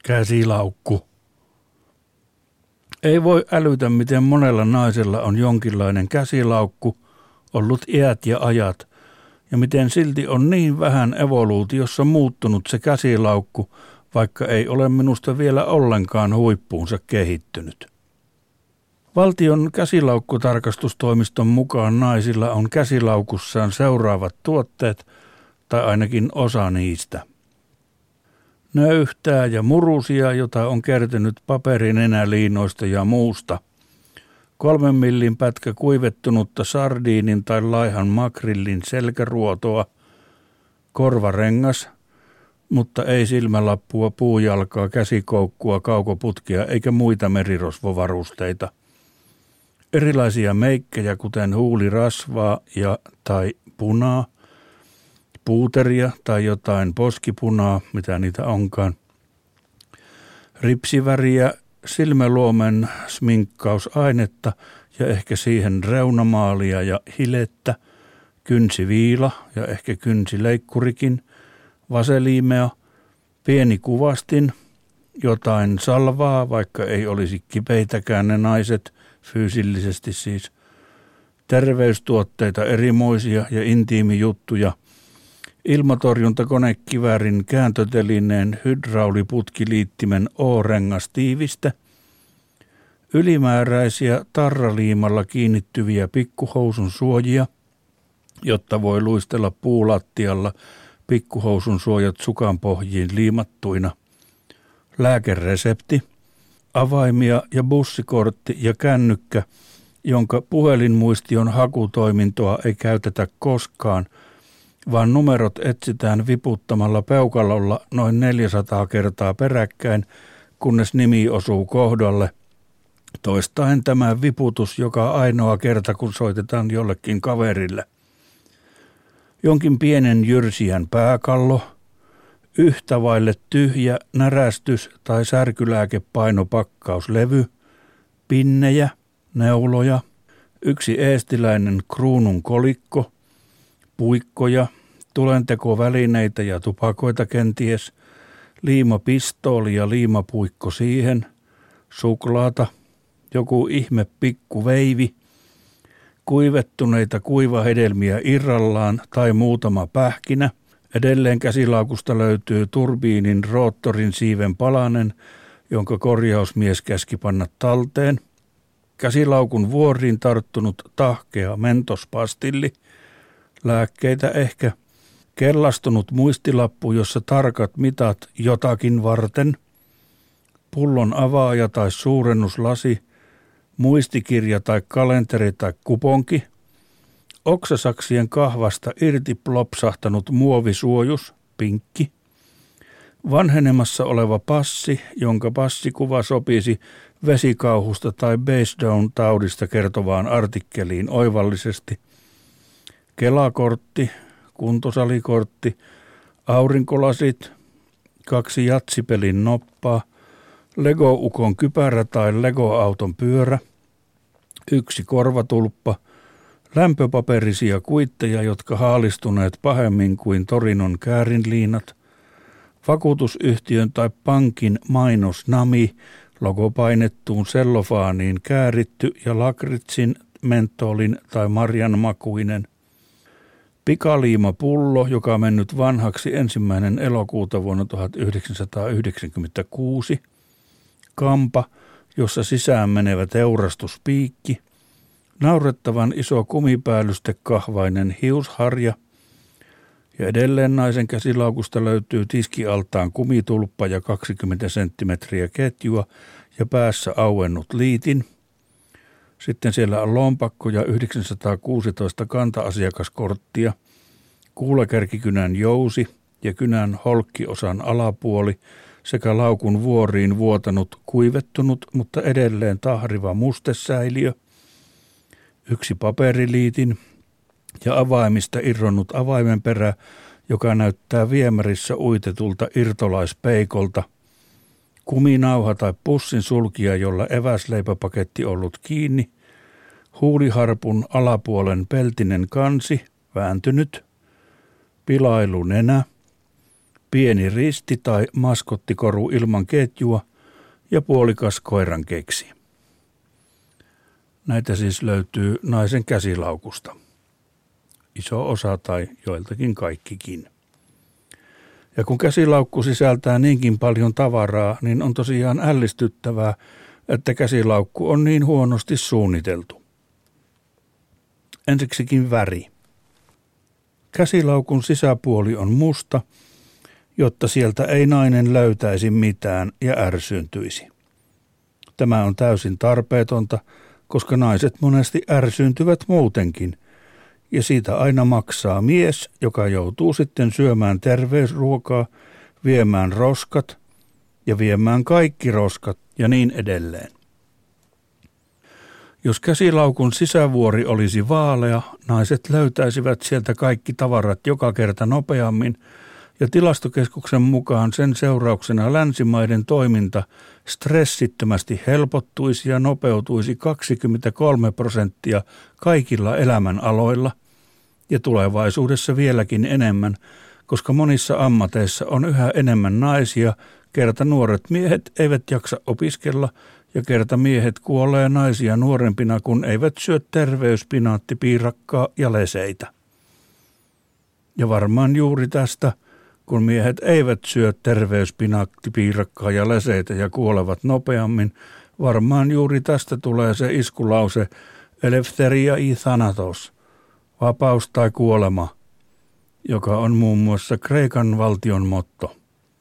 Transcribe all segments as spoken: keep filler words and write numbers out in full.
Käsilaukku. Ei voi älytä, miten monella naisella on jonkinlainen käsilaukku, ollut iät ja ajat, ja miten silti on niin vähän evoluutiossa muuttunut se käsilaukku, vaikka ei ole minusta vielä ollenkaan huippuunsa kehittynyt. Valtion käsilaukkutarkastustoimiston mukaan naisilla on käsilaukussaan seuraavat tuotteet, tai ainakin osa niistä. Nöyhtää ja murusia, jota on kertynyt paperinenäliinoista ja muusta. Kolmen millin pätkä kuivettunutta sardiinin tai laihan makrillin selkäruotoa. Korvarengas, mutta ei silmälappua, puujalkaa, käsikoukkua, kaukoputkia eikä muita merirosvovarusteita. Erilaisia meikkejä, kuten huulirasvaa ja tai punaa, puuteria tai jotain poskipunaa, mitä niitä onkaan, ripsiväriä, silmäluomen sminkkausainetta ja ehkä siihen reunamaalia ja hilettä, kynsiviila ja ehkä kynsileikkurikin, vaseliimea, pieni kuvastin, jotain salvaa, vaikka ei olisi kipeitäkään ne naiset, fyysillisesti siis, terveystuotteita erimoisia ja intiimijuttuja, ilmatorjuntakonekiväärin kääntötelineen hydrauliputkiliittimen O-rengastiivistä, ylimääräisiä tarraliimalla kiinnittyviä pikkuhousun suojia, jotta voi luistella puulattialla pikkuhousun suojat sukanpohjiin liimattuina, lääkeresepti, avaimia ja bussikortti ja kännykkä, jonka puhelinmuistion hakutoimintoa ei käytetä koskaan, vaan numerot etsitään viputtamalla peukalolla noin neljäsataa kertaa peräkkäin, kunnes nimi osuu kohdalle. Toistaen tämä viputus joka ainoa kerta, kun soitetaan jollekin kaverille. Jonkin pienen jyrsijän pääkallo, yhtä vaille tyhjä närästys- tai särkylääkepainopakkauslevy, pinnejä, neuloja, yksi eestiläinen kruunun kolikko, puikkoja, tulentekovälineitä ja tupakoita kenties, liimapistooli ja liimapuikko siihen, suklaata, joku ihme pikkuveivi, kuivettuneita kuivahedelmiä irrallaan tai muutama pähkinä. Edelleen käsilaukusta löytyy turbiinin roottorin siiven palanen, jonka korjausmies käski panna talteen. Käsilaukun vuoriin tarttunut tahkea mentospastilli, lääkkeitä ehkä, kellastunut muistilappu, jossa tarkat mitat jotakin varten, pullon avaaja tai suurennuslasi, muistikirja tai kalenteri tai kuponki, oksasaksien kahvasta irti plopsahtanut muovisuojus, pinkki, vanhenemassa oleva passi, jonka passikuva sopisi vesikauhusta tai Basedown taudista kertovaan artikkeliin oivallisesti, Kelakortti, kuntosalikortti, aurinkolasit, kaksi jatsipelin noppaa, Lego-ukon kypärä tai Lego-auton pyörä, yksi korvatulppa, lämpöpaperisia kuitteja, jotka haalistuneet pahemmin kuin Torinon käärinliinat, vakuutusyhtiön tai pankin mainosnami, logopainettuun sellofaaniin kääritty ja lakritsin, mentolin tai marjan makuinen, pikaliimapullo, joka on mennyt vanhaksi ensimmäinen elokuuta vuonna tuhatyhdeksänsataayhdeksänkymmentäkuusi, kampa, jossa sisään menevä teurastuspiikki, naurettavan iso kumipäällyste-kahvainen hiusharja ja edelleen naisen käsilaukusta löytyy tiskialtaan kumitulppa ja kaksikymmentä senttimetriä ketjua ja päässä auennut liitin. Sitten siellä on lompakko ja yhdeksänsataakuusitoista kanta-asiakaskorttia, kuulakärkikynän jousi ja kynän holkkiosan alapuoli sekä laukun vuoriin vuotanut kuivettunut, mutta edelleen tahriva mustesäiliö, yksi paperiliitin ja avaimista irronnut avaimenperä, joka näyttää viemärissä uitetulta irtolaispeikolta, kuminauha tai pussin sulkija, jolla eväsleipäpaketti ollut kiinni, huuliharpun alapuolen peltinen kansi, vääntynyt, pilailunenä, pieni risti tai maskottikoru ilman ketjua ja puolikas koiran keksi. Näitä siis löytyy naisen käsilaukusta. Iso osa tai joiltakin kaikkikin. Ja kun käsilaukku sisältää niinkin paljon tavaraa, niin on tosiaan ällistyttävää, että käsilaukku on niin huonosti suunniteltu. Ensiksikin väri. Käsilaukun sisäpuoli on musta, jotta sieltä ei nainen löytäisi mitään ja ärsyyntyisi. Tämä on täysin tarpeetonta, koska naiset monesti ärsyyntyvät muutenkin, ja siitä aina maksaa mies, joka joutuu sitten syömään terveysruokaa, viemään roskat ja viemään kaikki roskat ja niin edelleen. Jos käsilaukun sisävuori olisi vaalea, naiset löytäisivät sieltä kaikki tavarat joka kerta nopeammin, ja tilastokeskuksen mukaan sen seurauksena länsimaiden toiminta stressittömästi helpottuisi ja nopeutuisi kaksikymmentäkolme prosenttia kaikilla elämänaloilla, ja tulevaisuudessa vieläkin enemmän, koska monissa ammateissa on yhä enemmän naisia, kerta nuoret miehet eivät jaksa opiskella, ja kerta miehet kuolee naisia nuorempina, kun eivät syö terveyspinaattipiirakkaa ja leseitä. Ja varmaan juuri tästä, kun miehet eivät syö terveyspinaattipiirakkaa ja leseitä ja kuolevat nopeammin, varmaan juuri tästä tulee se iskulause eleftheria i thanatos, vapaus tai kuolema, joka on muun muassa Kreikan valtion motto.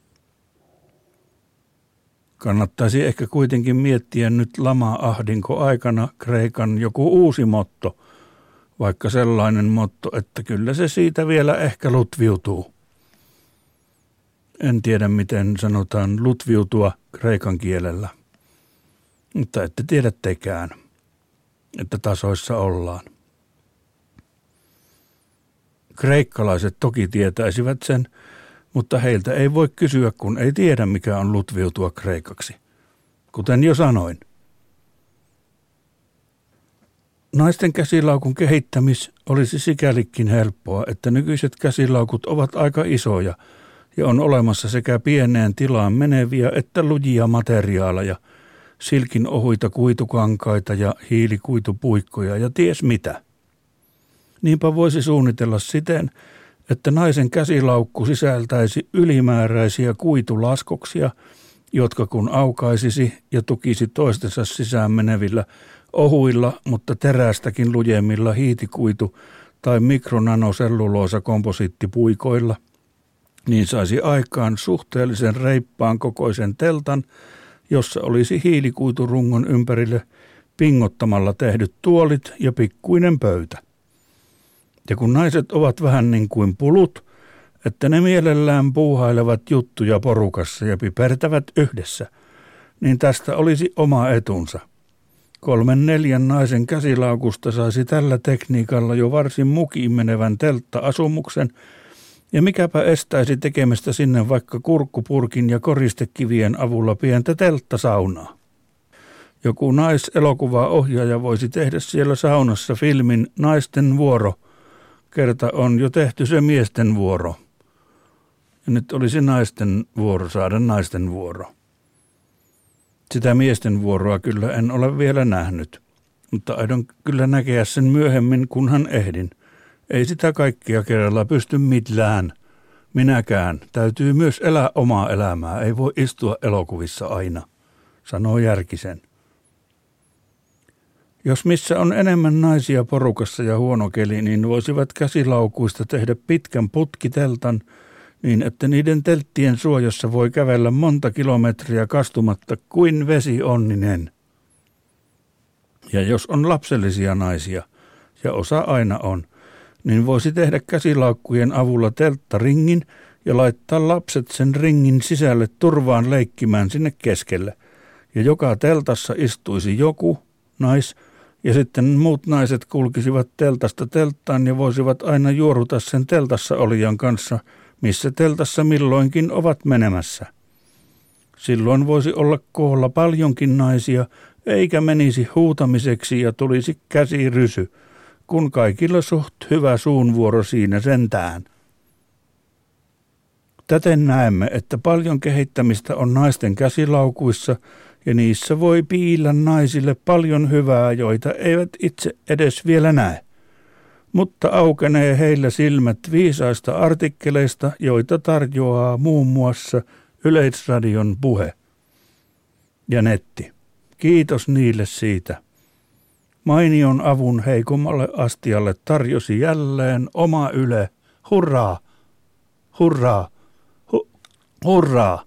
Kannattaisi ehkä kuitenkin miettiä nyt lama-ahdinko aikana Kreikan joku uusi motto, vaikka sellainen motto, että kyllä se siitä vielä ehkä lutviutuu. En tiedä, miten sanotaan lutviutua kreikan kielellä, mutta ette tiedä tekään, että tasoissa ollaan. Kreikkalaiset toki tietäisivät sen, mutta heiltä ei voi kysyä, kun ei tiedä, mikä on lutviutua kreikaksi. Kuten jo sanoin. Naisten käsilaukun kehittämis olisi sikälikin helppoa, että nykyiset käsilaukut ovat aika isoja ja on olemassa sekä pieneen tilaan meneviä että lujia materiaaleja, silkin ohuita kuitukankaita ja hiilikuitupuikkoja ja ties mitä. Niinpä voisi suunnitella siten, että naisen käsilaukku sisältäisi ylimääräisiä kuitulaskoksia, jotka kun aukaisisi ja tukisi toistensa sisään menevillä ohuilla, mutta terästäkin lujemmilla hiitikuitu- tai mikronanosellulosa-komposiittipuikoilla, niin saisi aikaan suhteellisen reippaan kokoisen teltan, jossa olisi hiilikuiturungon ympärille pingottamalla tehdyt tuolit ja pikkuinen pöytä. Ja kun naiset ovat vähän niin kuin pulut, että ne mielellään puuhailevat juttuja porukassa ja pipertävät yhdessä, niin tästä olisi oma etunsa. Kolmen neljän naisen käsilaukusta saisi tällä tekniikalla jo varsin mukiin menevän teltta-asumuksen, ja mikäpä estäisi tekemästä sinne vaikka kurkkupurkin ja koristekivien avulla pientä telttasaunaa. Joku naiselokuvaohjaaja voisi tehdä siellä saunassa filmin Naisten vuoro, kerta on jo tehty se miesten vuoro. Ja nyt olisi naisten vuoro saada naisten vuoro. Sitä miesten vuoroa kyllä en ole vielä nähnyt, mutta aion kyllä näkeä sen myöhemmin, kunhan ehdin. Ei sitä kaikkia kerralla pysty millään. Minäkään. Täytyy myös elää omaa elämää. Ei voi istua elokuvissa aina, sanoo Järkisen. Jos missä on enemmän naisia porukassa ja huono keli, niin voisivat käsilaukuista tehdä pitkän putkiteltan niin, että niiden telttien suojassa voi kävellä monta kilometriä kastumatta kuin vesi onninen. Ja jos on lapsellisia naisia, ja osa aina on, niin voisi tehdä käsilaukkujen avulla telttaringin ja laittaa lapset sen ringin sisälle turvaan leikkimään sinne keskelle. Ja joka teltassa istuisi joku, nais, ja sitten muut naiset kulkisivat teltasta telttaan ja voisivat aina juoruta sen teltassa olijan kanssa, missä teltassa milloinkin ovat menemässä. Silloin voisi olla koolla paljonkin naisia, eikä menisi huutamiseksi ja tulisi käsirysy, kun kaikilla suht hyvä suunvuoro siinä sentään. Täten näemme, että paljon kehittämistä on naisten käsilaukuissa ja niissä voi piillä naisille paljon hyvää, joita eivät itse edes vielä näe. Mutta aukenee heillä silmät viisaista artikkeleista, joita tarjoaa muun muassa Yleisradion Puhe ja netti. Kiitos niille siitä. Mainion avun heikommalle astialle tarjosi jälleen oma Yle. Hurraa! Hurraa! Hu- hurraa!